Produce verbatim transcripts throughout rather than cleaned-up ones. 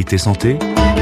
Priorité Santé,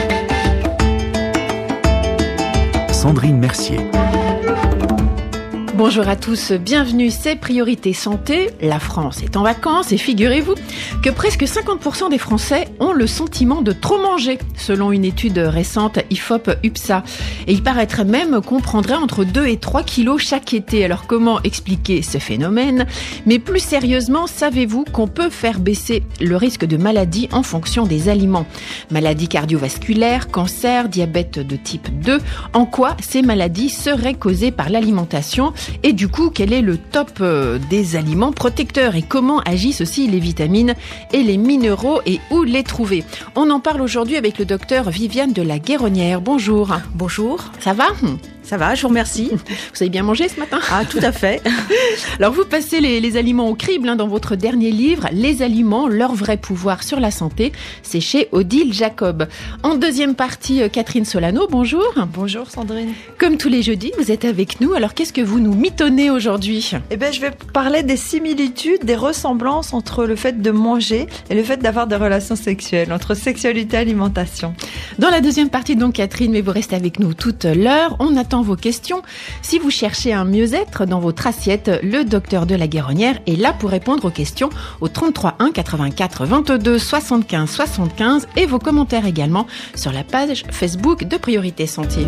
Sandrine Mercier. Bonjour à tous, bienvenue, c'est Priorité Santé. La France est en vacances et figurez-vous que presque cinquante pour cent des Français ont le sentiment de trop manger, selon une étude récente I F O P U P S A. Et il paraîtrait même qu'on prendrait entre deux et trois kilos chaque été. Alors comment expliquer ce phénomène ? Mais plus sérieusement, savez-vous qu'on peut faire baisser le risque de maladie en fonction des aliments ? Maladies cardiovasculaires, cancer, diabète de type deux. En quoi ces maladies seraient causées par l'alimentation ? Et du coup, quel est le top des aliments protecteurs et comment agissent aussi les vitamines et les minéraux et où les trouver ? On en parle aujourd'hui avec le docteur Viviane de la Guéronnière. Bonjour. Bonjour. Ça va ? Ça va, je vous remercie. Vous avez bien mangé ce matin ? Ah, tout à fait. Alors, vous passez les, les aliments au crible hein, dans votre dernier livre, Les aliments, leur vrai pouvoir sur la santé. C'est chez Odile Jacob. En deuxième partie, Catherine Solano, bonjour. Bonjour Sandrine. Comme tous les jeudis, vous êtes avec nous. Alors, qu'est-ce que vous nous mitonnez aujourd'hui ? Eh bien, je vais parler des similitudes, des ressemblances entre le fait de manger et le fait d'avoir des relations sexuelles, entre sexualité et alimentation. Dans la deuxième partie, donc, Catherine, mais vous restez avec nous toute l'heure. On attend vos questions. Si vous cherchez un mieux-être dans votre assiette, le docteur de la Guéronnière est là pour répondre aux questions au trente-trois un quatre-vingt-quatre vingt-deux soixante-quinze soixante-quinze et vos commentaires également sur la page Facebook de Priorité Santé.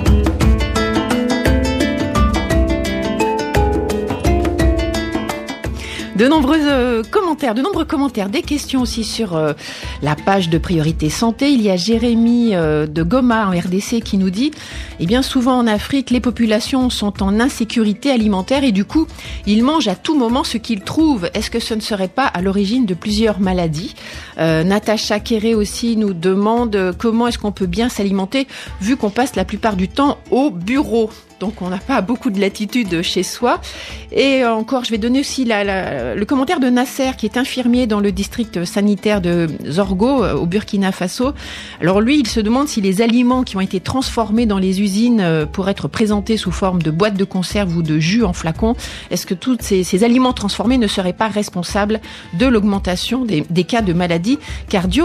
De nombreux euh, commentaires, de nombreux commentaires, des questions aussi sur euh, la page de Priorité Santé. Il y a Jérémy euh, de Goma en R D C qui nous dit eh bien souvent en Afrique, les populations sont en insécurité alimentaire et du coup, ils mangent à tout moment ce qu'ils trouvent. Est-ce que ce ne serait pas à l'origine de plusieurs maladies ? euh, Natacha Kéré aussi nous demande euh, comment est-ce qu'on peut bien s'alimenter vu qu'on passe la plupart du temps au bureau. Donc on n'a pas beaucoup de latitude chez soi. Et encore, je vais donner aussi la, la, le commentaire de Nasser, qui est infirmier dans le district sanitaire de Zorgo, au Burkina Faso. Alors lui, il se demande si les aliments qui ont été transformés dans les usines pour être présentés sous forme de boîtes de conserve ou de jus en flacon, est-ce que tous ces, ces aliments transformés ne seraient pas responsables de l'augmentation des, des cas de maladies cardiovasculaires ?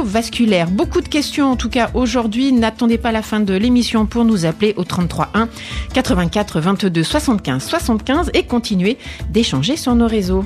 Beaucoup de questions en tout cas aujourd'hui. N'attendez pas la fin de l'émission pour nous appeler au trente-trois un quatre-vingt-quatre vingt-deux soixante-quinze soixante-quinze et continuer d'échanger sur nos réseaux.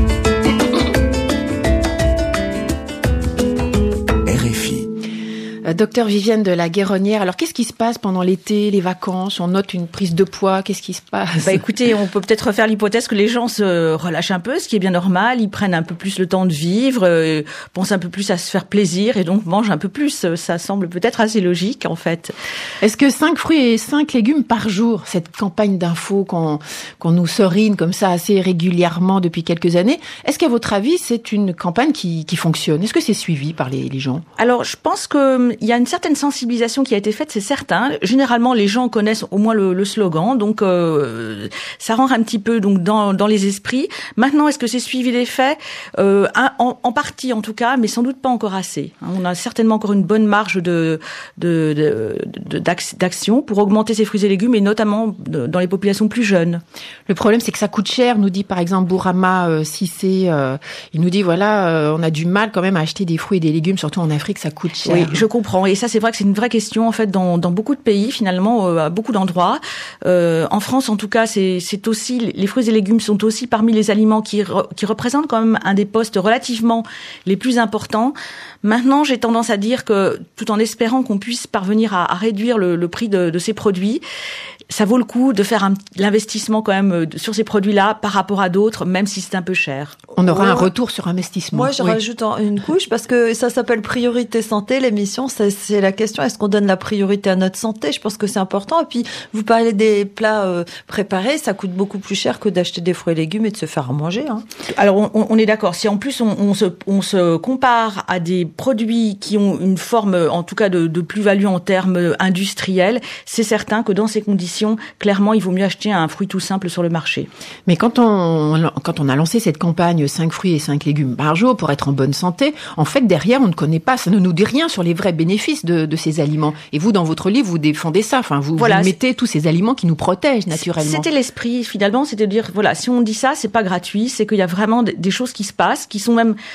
Docteur Viviane de la Guéronnière, alors qu'est-ce qui se passe pendant l'été, les vacances ? On note une prise de poids, qu'est-ce qui se passe ? Bah écoutez, on peut peut-être faire l'hypothèse que les gens se relâchent un peu, ce qui est bien normal, ils prennent un peu plus le temps de vivre, euh, pensent un peu plus à se faire plaisir et donc mangent un peu plus. Ça semble peut-être assez logique en fait. Est-ce que cinq fruits et cinq légumes par jour, cette campagne d'infos qu'on, qu'on nous serine comme ça assez régulièrement depuis quelques années, est-ce qu'à votre avis c'est une campagne qui, qui fonctionne ? Est-ce que c'est suivi par les, les gens ? Alors je pense que il y a une certaine sensibilisation qui a été faite, c'est certain. Généralement, les gens connaissent au moins le, le slogan, donc euh, ça rentre un petit peu donc dans, dans les esprits. Maintenant, est-ce que c'est suivi des faits ? euh, en, en partie, en tout cas, mais sans doute pas encore assez. On a certainement encore une bonne marge de, de, de, de d'action pour augmenter ces fruits et légumes, et notamment dans les populations plus jeunes. Le problème, c'est que ça coûte cher. Nous dit par exemple Bourama euh, Cissé, euh, il nous dit voilà, euh, on a du mal quand même à acheter des fruits et des légumes, surtout en Afrique, ça coûte cher. Oui, je comprends. Et ça, c'est vrai que c'est une vraie question en fait dans, dans beaucoup de pays finalement, euh, à beaucoup d'endroits. Euh, en France, en tout cas, c'est, c'est aussi les fruits et légumes sont aussi parmi les aliments qui, re, qui représentent quand même un des postes relativement les plus importants. Maintenant, j'ai tendance à dire que, tout en espérant qu'on puisse parvenir à, à réduire le, le prix de, de ces produits, ça vaut le coup de faire un, l'investissement quand même sur ces produits-là par rapport à d'autres, même si c'est un peu cher. On aura ouais. un retour sur investissement. Moi, je oui. rajoute une couche parce que ça s'appelle Priorité Santé, l'émission. C'est, c'est la question, est-ce qu'on donne la priorité à notre santé ? Je pense que c'est important. Et puis, vous parlez des plats euh, préparés, ça coûte beaucoup plus cher que d'acheter des fruits et légumes et de se faire à manger. Hein. Alors, on, on est d'accord. Si en plus, on, on, se, on se compare à des produits qui ont une forme, en tout cas, de, de plus-value en termes industriels, c'est certain que dans ces conditions, clairement, il vaut mieux acheter un fruit tout simple sur le marché. Mais quand on, quand on a lancé cette campagne cinq fruits et cinq légumes par jour pour être en bonne santé, en fait, derrière, on ne connaît pas, ça ne nous dit rien sur les vrais bénéfices de, de ces aliments. Et vous, dans votre livre, vous défendez ça. Enfin, vous, voilà, vous mettez tous ces aliments qui nous protègent naturellement. C'était l'esprit, finalement, c'était de dire, voilà, si on dit ça, c'est pas gratuit, c'est qu'il y a vraiment des choses qui se passent, qui sont même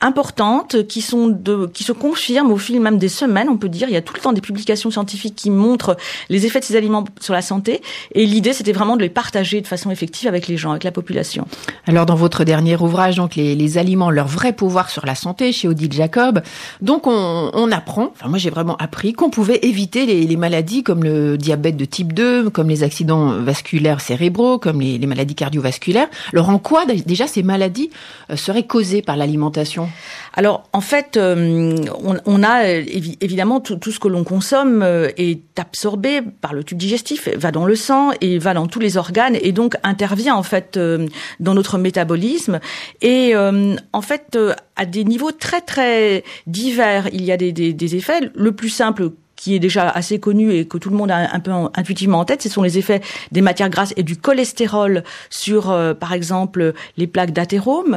importantes qui sont de, qui se confirment au fil même des semaines, on peut dire. Il y a tout le temps des publications scientifiques qui montrent les effets de ces aliments sur la santé. Et l'idée, c'était vraiment de les partager de façon effective avec les gens, avec la population. Alors, dans votre dernier ouvrage, donc les, les aliments, leur vrai pouvoir sur la santé, chez Odile Jacob, donc on, on apprend, enfin moi j'ai vraiment appris qu'on pouvait éviter les, les maladies comme le diabète de type deux, comme les accidents vasculaires cérébraux, comme les, les maladies cardiovasculaires. Alors, en quoi déjà ces maladies seraient causées par l'alimentation ? Alors, en fait, euh, on, on a évi- évidemment tout, tout ce que l'on consomme euh, est absorbé par le tube digestif, va dans le sang et va dans tous les organes et donc intervient en fait euh, dans notre métabolisme. Et euh, en fait, euh, à des niveaux très très divers, il y a des, des, des effets. Le plus simple, qui est déjà assez connu et que tout le monde a un peu intuitivement en tête, ce sont les effets des matières grasses et du cholestérol sur, euh, par exemple, les plaques d'athérome,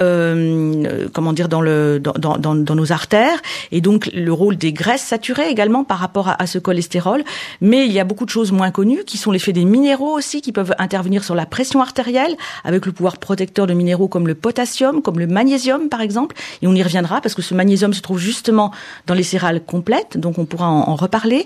euh, comment dire, dans le dans, dans, dans nos artères, et donc le rôle des graisses saturées également par rapport à, à ce cholestérol. Mais il y a beaucoup de choses moins connues, qui sont l'effet des minéraux aussi, qui peuvent intervenir sur la pression artérielle, avec le pouvoir protecteur de minéraux comme le potassium, comme le magnésium, par exemple. Et on y reviendra, parce que ce magnésium se trouve justement dans les céréales complètes, donc on pourra en en reparler.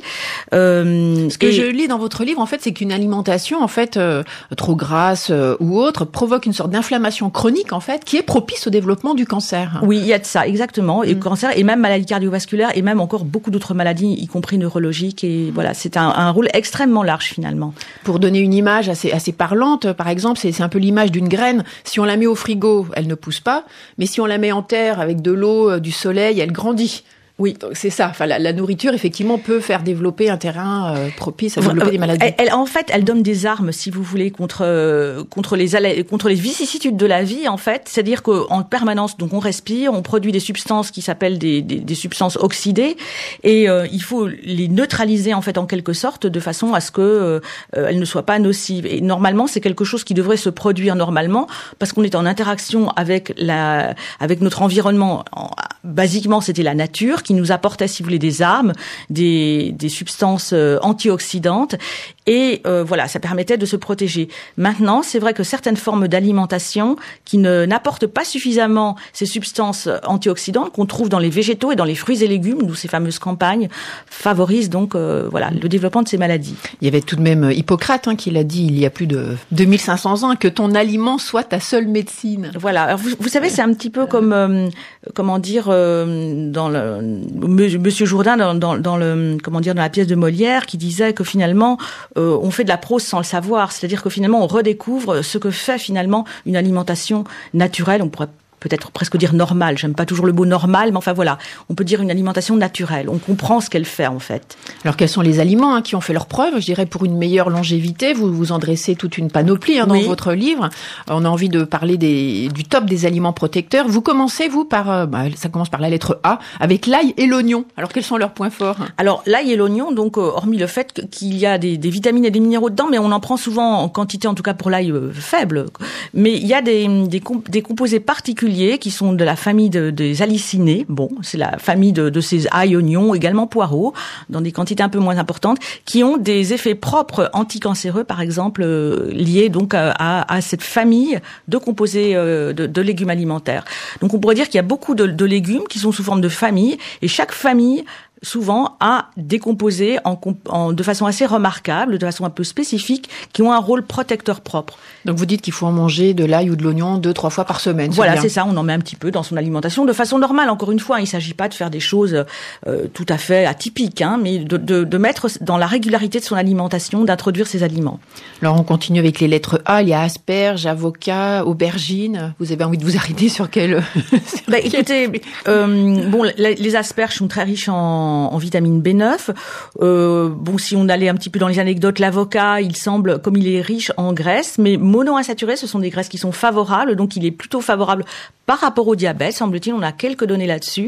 Euh, Ce que et... je lis dans votre livre, en fait, c'est qu'une alimentation, en fait, euh, trop grasse euh, ou autre, provoque une sorte d'inflammation chronique, en fait, qui est propice au développement du cancer. Oui, il y a de ça, exactement. Et mmh. cancer, et même maladies cardiovasculaires, et même encore beaucoup d'autres maladies, y compris neurologiques. Et voilà, c'est un, un rôle extrêmement large, finalement. Pour donner une image assez, assez parlante, par exemple, c'est, c'est un peu l'image d'une graine. Si on la met au frigo, elle ne pousse pas. Mais si on la met en terre avec de l'eau, du soleil, elle grandit. Oui, donc c'est ça. Enfin, la, la nourriture, effectivement, peut faire développer un terrain euh, propice à développer des maladies. Elle, elle, en fait, elle donne des armes, si vous voulez, contre euh, contre les contre les vicissitudes de la vie. En fait, c'est-à-dire qu'en permanence, donc on respire, on produit des substances qui s'appellent des, des, des substances oxydées, et euh, il faut les neutraliser en fait en quelque sorte, de façon à ce que euh, elles ne soient pas nocives. Et normalement, c'est quelque chose qui devrait se produire normalement, parce qu'on est en interaction avec la avec notre environnement. Basiquement, c'était la nature qui nous apportait, si vous voulez, des armes, des, des substances euh, antioxydantes, et euh, voilà, ça permettait de se protéger. Maintenant, c'est vrai que certaines formes d'alimentation qui ne n'apportent pas suffisamment ces substances antioxydantes qu'on trouve dans les végétaux et dans les fruits et légumes, d'où ces fameuses campagnes, favorisent donc euh, voilà le développement de ces maladies. Il y avait tout de même Hippocrate hein, qui l'a dit il y a plus de deux mille cinq cents ans, que ton aliment soit ta seule médecine. Voilà. Alors vous, vous savez, c'est un petit peu comme euh, comment dire euh, dans le Monsieur Jourdain dans, dans, dans le comment dire dans la pièce de Molière, qui disait que finalement euh, on fait de la prose sans le savoir, c'est-à-dire que finalement on redécouvre ce que fait finalement une alimentation naturelle. On pourrait peut-être presque dire normale. J'aime pas toujours le mot normal, mais enfin voilà, on peut dire une alimentation naturelle. On comprend ce qu'elle fait en fait. Alors quels sont les aliments hein, qui ont fait leurs preuves, je dirais, pour une meilleure longévité? Vous vous en dressez toute une panoplie hein, dans oui. votre livre. On a envie de parler des, du top des aliments protecteurs. Vous commencez vous par, euh, bah, ça commence par la lettre A, avec l'ail et l'oignon. Alors quels sont leurs points forts? Alors l'ail et l'oignon, donc euh, hormis le fait qu'il y a des, des vitamines et des minéraux dedans, mais on en prend souvent en quantité, en tout cas pour l'ail euh, faible. Mais il y a des, des, comp- des composés particuliers qui sont de la famille de, des allicinés. Bon, c'est la famille de, de ces ail, oignons, également poireaux, dans des quantités un peu moins importantes, qui ont des effets propres anticancéreux, par exemple, euh, liés donc à, à, à cette famille de composés euh, de, de légumes alimentaires. Donc on pourrait dire qu'il y a beaucoup de, de légumes qui sont sous forme de famille, et chaque famille souvent à décomposer en, en, de façon assez remarquable, de façon un peu spécifique, qui ont un rôle protecteur propre. Donc vous dites qu'il faut en manger de l'ail ou de l'oignon deux, trois fois par semaine. Voilà, c'est, c'est ça, on en met un petit peu dans son alimentation de façon normale. Encore une fois, il ne s'agit pas de faire des choses euh, tout à fait atypiques, hein, mais de, de, de mettre dans la régularité de son alimentation, d'introduire ces aliments. Alors on continue avec les lettres A, il y a asperges, avocat, aubergine. Vous avez envie de vous arrêter sur quel... sur bah, quel... Écoutez, euh, bon, les, les asperges sont très riches en en vitamine B neuf. Euh, bon, si on allait un petit peu dans les anecdotes, l'avocat, il semble, comme il est riche en graisses, mais monoinsaturées, ce sont des graisses qui sont favorables, donc il est plutôt favorable par rapport au diabète, semble-t-il. On a quelques données là-dessus.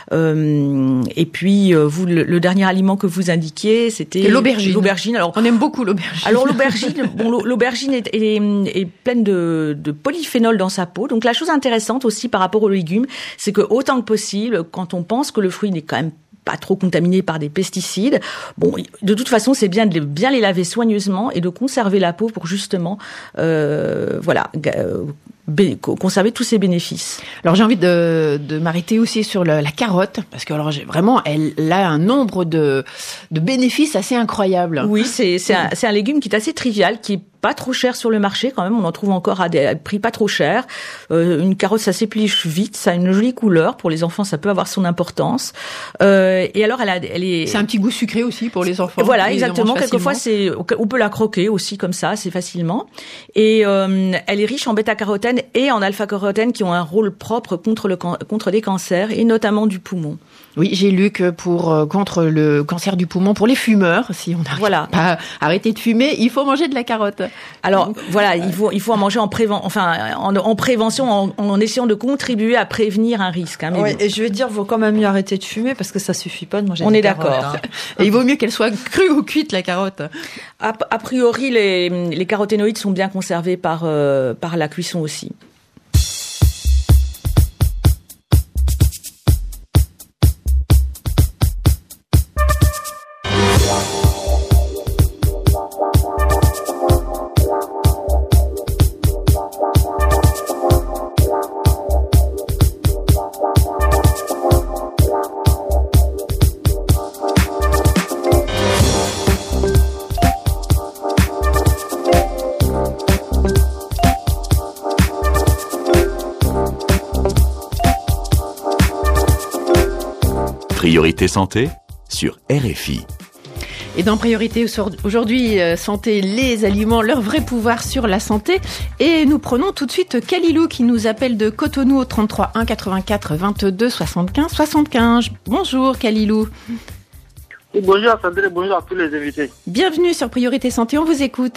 Euh, et puis, euh, vous, le, le dernier aliment que vous indiquiez, c'était l'aubergine. L'aubergine. Alors, on aime beaucoup l'aubergine. Alors l'aubergine, bon, l'aubergine est, est, est pleine de, de polyphénol dans sa peau. Donc la chose intéressante aussi par rapport aux légumes, c'est que autant que possible, quand on pense que le fruit n'est quand même pas trop contaminé par des pesticides. Bon, de toute façon, c'est bien de bien les laver soigneusement et de conserver la peau pour justement, euh, voilà, euh, bé- conserver tous ces bénéfices. Alors j'ai envie de, de m'arrêter aussi sur le, la carotte, parce que alors j'ai, vraiment, elle, elle a un nombre de, de bénéfices assez incroyables. Oui, c'est, c'est, un, c'est un légume qui est assez trivial, qui est pas trop cher sur le marché quand même, on en trouve encore à des prix pas trop chers. Euh, une carotte, ça s'épluche vite, ça a une jolie couleur, pour les enfants ça peut avoir son importance. Euh, et alors elle a, elle est... C'est un petit goût sucré aussi pour les enfants. Voilà, exactement. Quelquefois c'est, on peut la croquer aussi comme ça, assez facilement. Et euh, elle est riche en bêta-carotène et en alpha-carotène qui ont un rôle propre contre le contre des cancers et notamment du poumon. Oui, j'ai lu que pour euh, contre le cancer du poumon, pour les fumeurs, si on n'arrive voilà. pas à arrêter de fumer, il faut manger de la carotte. Alors voilà, il faut il faut en manger en préven, enfin en, en prévention, en, en essayant de contribuer à prévenir un risque. Hein, mais oui, bon. Et je vais dire, il vaut quand même mieux arrêter de fumer parce que ça suffit pas de manger. On des est carottes, d'accord. Hein. Et il vaut mieux qu'elle soit crue ou cuite la carotte. A, a priori, les, les caroténoïdes sont bien conservés par euh, par la cuisson aussi. Priorité santé sur R F I. Et dans Priorité aujourd'hui, euh, santé, les aliments, leur vrai pouvoir sur la santé. Et nous prenons tout de suite Kalilou qui nous appelle de Cotonou au trente-trois un quatre-vingt-quatre vingt-deux soixante-quinze soixante-quinze. Bonjour Kalilou. Et bonjour Sandrine, bonjour à tous les invités. Bienvenue sur Priorité santé, on vous écoute.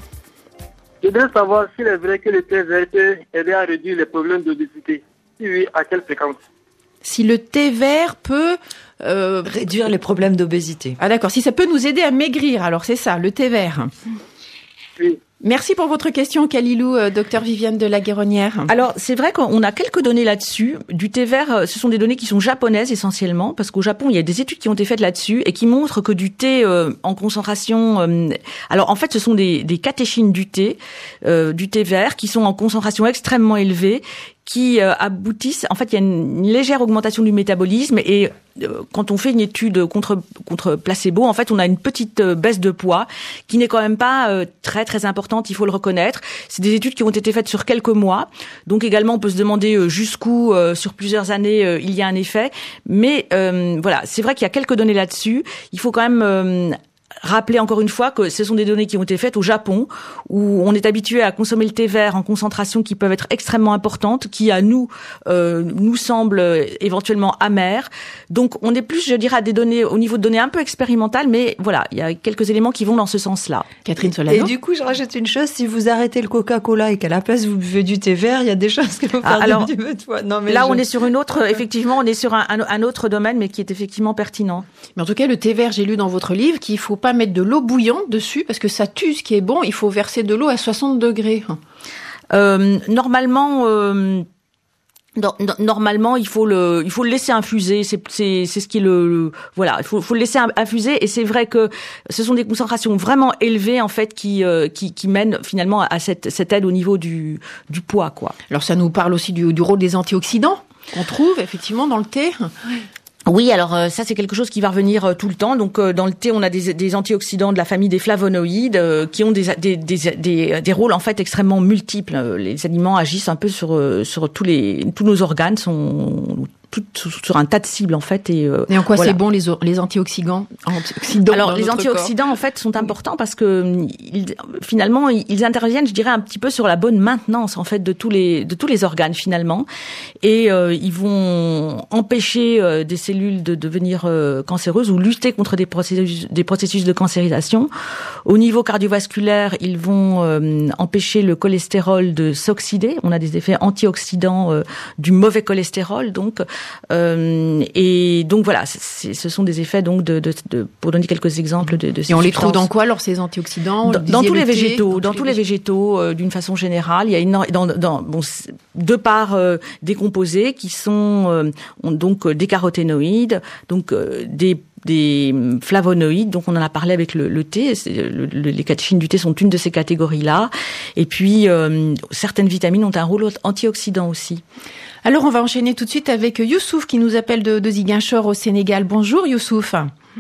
Je voudrais savoir s'il est vrai que le thé vert peut aider à réduire les problèmes d'obésité. Si oui, à quelle fréquence? Si le thé vert peut... Euh... Réduire les problèmes d'obésité. Ah d'accord, si ça peut nous aider à maigrir, alors c'est ça, le thé vert. Oui. Merci pour votre question, Kalilou, euh, docteur Viviane de la Guéronnière. Alors, c'est vrai qu'on a quelques données là-dessus. Du thé vert, ce sont des données qui sont japonaises essentiellement, parce qu'au Japon, il y a des études qui ont été faites là-dessus et qui montrent que du thé euh, en concentration... Euh, alors, en fait, ce sont des, des catéchines du thé, euh, du thé vert, qui sont en concentration extrêmement élevée, qui euh, aboutissent... En fait, il y a une, une légère augmentation du métabolisme et euh, quand on fait une étude contre contre placebo, en fait, on a une petite euh, baisse de poids qui n'est quand même pas euh, très très importante, il faut le reconnaître. C'est des études qui ont été faites sur quelques mois. Donc également, on peut se demander euh, jusqu'où euh, sur plusieurs années euh, il y a un effet. Mais euh, voilà, c'est vrai qu'il y a quelques données là-dessus. Il faut quand même euh, rappeler encore une fois que ce sont des données qui ont été faites au Japon, où on est habitué à consommer le thé vert en concentration qui peuvent être extrêmement importantes, qui à nous euh, nous semblent éventuellement amères. Donc on est plus, je dirais, à des données au niveau de données un peu expérimentales, mais voilà, il y a quelques éléments qui vont dans ce sens-là. Catherine Solano. Et du coup, je rajoute une chose, si vous arrêtez le Coca-Cola et qu'à la place vous buvez du thé vert, il y a des choses qui vont faire ah, alors, du bien de fois. Non, mais là, je... on est sur une autre, effectivement, on est sur un, un, un autre domaine, mais qui est effectivement pertinent. Mais en tout cas, le thé vert, j'ai lu dans votre livre qu'il faut pas mettre de l'eau bouillante dessus parce que ça tue ce qui est bon. Il faut verser de l'eau à soixante degrés. Euh, normalement, euh, no, no, normalement, il faut le, il faut le laisser infuser. C'est, c'est, c'est ce qui est le, le voilà. Il faut, faut le laisser infuser. Et c'est vrai que ce sont des concentrations vraiment élevées en fait qui, euh, qui, qui mènent finalement à cette, cette aide au niveau du, du poids, quoi. Alors ça nous parle aussi du, du rôle des antioxydants qu'on trouve effectivement dans le thé. Oui, alors euh, ça c'est quelque chose qui va revenir euh, tout le temps. Donc euh, dans le thé, on a des, des antioxydants de la famille des flavonoïdes euh, qui ont des, des, des, des, des rôles en fait extrêmement multiples. Les aliments agissent un peu sur, euh, sur tous les tous nos organes, sont tout, sur un tas de cibles en fait. Et, euh, et en quoi voilà. c'est bon les, les antioxydants, antioxydants Alors dans les notre antioxydants corps. en fait sont importants parce que ils, finalement ils interviennent, je dirais, un petit peu sur la bonne maintenance en fait de tous les de tous les organes finalement, et euh, ils vont empêcher euh, des cellules de devenir euh, cancéreuses ou lutter contre des processus des processus de cancérisation. Au niveau cardiovasculaire, ils vont euh, empêcher le cholestérol de s'oxyder. On a des effets antioxydants euh, du mauvais cholestérol donc. Euh, et donc voilà, c'est, ce sont des effets donc de, de, de pour donner quelques exemples de, de ces Et on les substances. trouve dans quoi alors ces antioxydants? Dans, dans tous les thé, végétaux, dans, dans tous les végétaux euh, d'une façon générale. Il y a une dans, dans bon de par euh, des composés qui sont euh, ont donc euh, des caroténoïdes, donc euh, des des flavonoïdes, donc on en a parlé avec le, le thé, le, le, les catéchines du thé sont une de ces catégories-là, et puis euh, certaines vitamines ont un rôle antioxydant aussi. Alors on va enchaîner tout de suite avec Youssouf qui nous appelle de, de Ziguinchor au Sénégal. Bonjour Youssouf.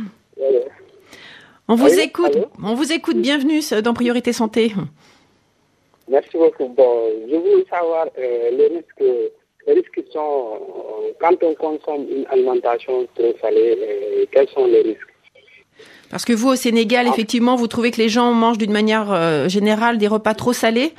On vous allô, écoute, allô on vous écoute, bienvenue dans Priorité Santé. Merci beaucoup. Bon, je voulais savoir euh, les risques, les risques sont, euh, quand on consomme une alimentation trop salée, euh, quels sont les risques? Parce que vous, au Sénégal, ah. effectivement, vous trouvez que les gens mangent d'une manière euh, générale des repas trop salés?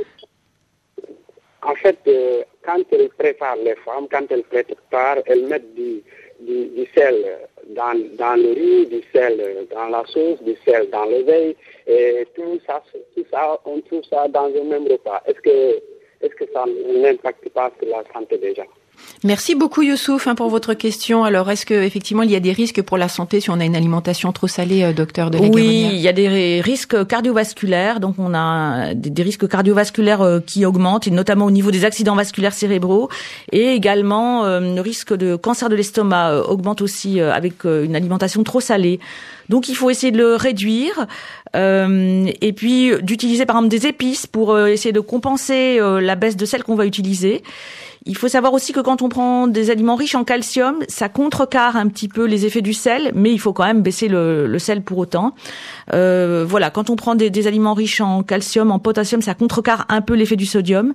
En fait, euh, quand elles préparent, les femmes, quand elles préparent, elles mettent du, du, du sel dans, dans le riz, du sel dans la sauce, du sel dans le veille, et tout ça, tout ça, on trouve ça dans un même repas. Est-ce que, est-ce que ça n'impacte pas sur la santé des gens? Merci beaucoup Youssouf hein, pour votre question. Alors, est-ce que effectivement il y a des risques pour la santé si on a une alimentation trop salée, euh, docteur de la Guéronnière? Oui, il y a des risques cardiovasculaires. Donc, on a des, des risques cardiovasculaires euh, qui augmentent, et notamment au niveau des accidents vasculaires cérébraux, et également euh, le risque de cancer de l'estomac euh, augmente aussi euh, avec euh, une alimentation trop salée. Donc, il faut essayer de le réduire. Euh, et puis d'utiliser par exemple des épices pour euh, essayer de compenser euh, la baisse de sel qu'on va utiliser. Il faut savoir aussi que quand on prend des aliments riches en calcium, ça contrecarre un petit peu les effets du sel, mais il faut quand même baisser le, le sel pour autant. Euh, voilà, quand on prend des, des aliments riches en calcium, en potassium, ça contrecarre un peu l'effet du sodium.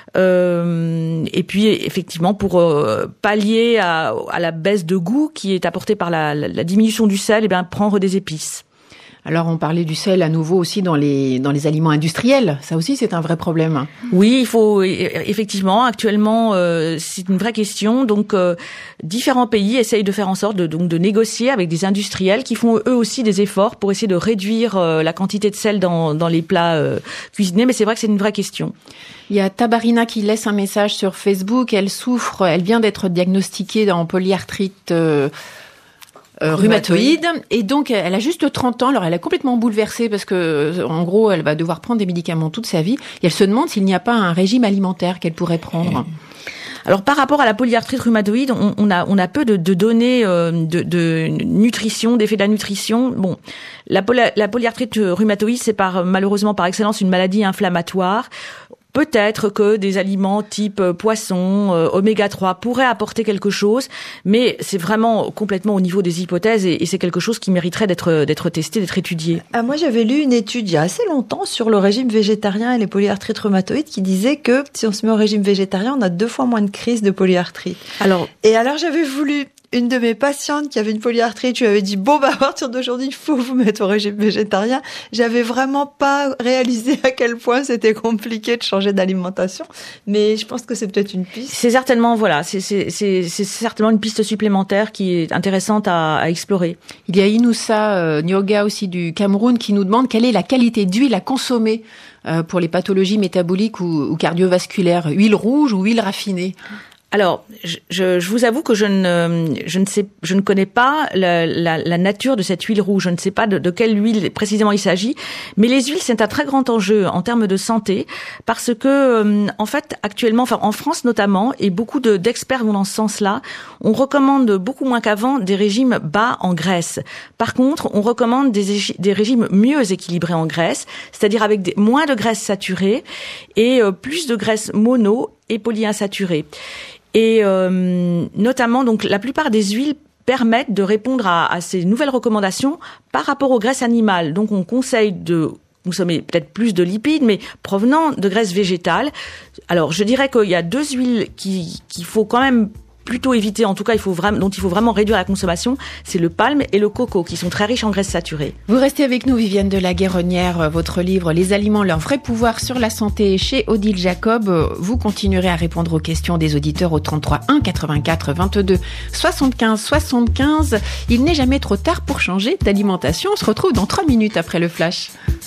Euh, et puis effectivement pour euh, pallier à, à la baisse de goût qui est apportée par la, la, la diminution du sel, et bien prendre des épices. Alors, on parlait du sel à nouveau aussi dans les dans les aliments industriels. Ça aussi, c'est un vrai problème. Oui, il faut effectivement. Actuellement, euh, c'est une vraie question. Donc, euh, différents pays essayent de faire en sorte de donc de négocier avec des industriels qui font eux aussi des efforts pour essayer de réduire euh, la quantité de sel dans dans les plats euh, cuisinés. Mais c'est vrai que c'est une vraie question. Il y a Tabarina qui laisse un message sur Facebook. Elle souffre. Elle vient d'être diagnostiquée en polyarthrite. Euh, Euh, rhumatoïde, et donc elle a juste trente ans. Alors elle est complètement bouleversée parce que en gros elle va devoir prendre des médicaments toute sa vie, et elle se demande s'il n'y a pas un régime alimentaire qu'elle pourrait prendre. Alors par rapport à la polyarthrite rhumatoïde, on, on a on a peu de, de données euh, de, de nutrition, d'effets de la nutrition. Bon, la, poly, la polyarthrite rhumatoïde, c'est par malheureusement par excellence une maladie inflammatoire. Peut-être que des aliments type poisson, euh, oméga trois pourraient apporter quelque chose, mais c'est vraiment complètement au niveau des hypothèses, et, et c'est quelque chose qui mériterait d'être d'être testé, d'être étudié. Ah, moi, j'avais lu une étude il y a assez longtemps sur le régime végétarien et les polyarthrites rhumatoïdes qui disait que si on se met au régime végétarien, on a deux fois moins de crises de polyarthrite. Alors, et alors j'avais voulu une de mes patientes qui avait une polyarthrite, je lui avais dit, bon, bah, à partir d'aujourd'hui, il faut vous mettre au régime végétarien. J'avais vraiment pas réalisé à quel point c'était compliqué de changer d'alimentation. Mais je pense que c'est peut-être une piste. C'est certainement, voilà, c'est, c'est, c'est, c'est certainement une piste supplémentaire qui est intéressante à, à explorer. Il y a Inoussa euh, Nyoga aussi du Cameroun qui nous demande quelle est la qualité d'huile à consommer euh, pour les pathologies métaboliques ou, ou cardiovasculaires. Huile rouge ou huile raffinée? Alors, je, je, je vous avoue que je ne, je ne sais, je ne connais pas la, la, la nature de cette huile rouge. Je ne sais pas de, de quelle huile précisément il s'agit. Mais les huiles, c'est un très grand enjeu en termes de santé, parce que, en fait, actuellement, enfin en France notamment, et beaucoup de, d'experts vont dans ce sens-là, on recommande beaucoup moins qu'avant des régimes bas en graisse. Par contre, on recommande des, des régimes mieux équilibrés en graisse, c'est-à-dire avec des, moins de graisse saturée et euh, plus de graisse mono et polyinsaturée. Et euh, notamment, donc, la plupart des huiles permettent de répondre à, à ces nouvelles recommandations par rapport aux graisses animales. Donc, on conseille de consommer peut-être plus de lipides, mais provenant de graisses végétales. Alors, je dirais qu'il y a deux huiles qui, qu'il faut quand même plutôt éviter, en tout cas, il faut vraiment, dont il faut vraiment réduire la consommation, c'est le palme et le coco, qui sont très riches en graisses saturées. Vous restez avec nous, Viviane de la Guéronnière. Votre livre « Les aliments, leur vrai pouvoir sur la santé » chez Odile Jacob. Vous continuerez à répondre aux questions des auditeurs au trente-trois un quatre-vingt-quatre vingt-deux soixante-quinze soixante-quinze. Il n'est jamais trop tard pour changer d'alimentation. On se retrouve dans trois minutes après le flash.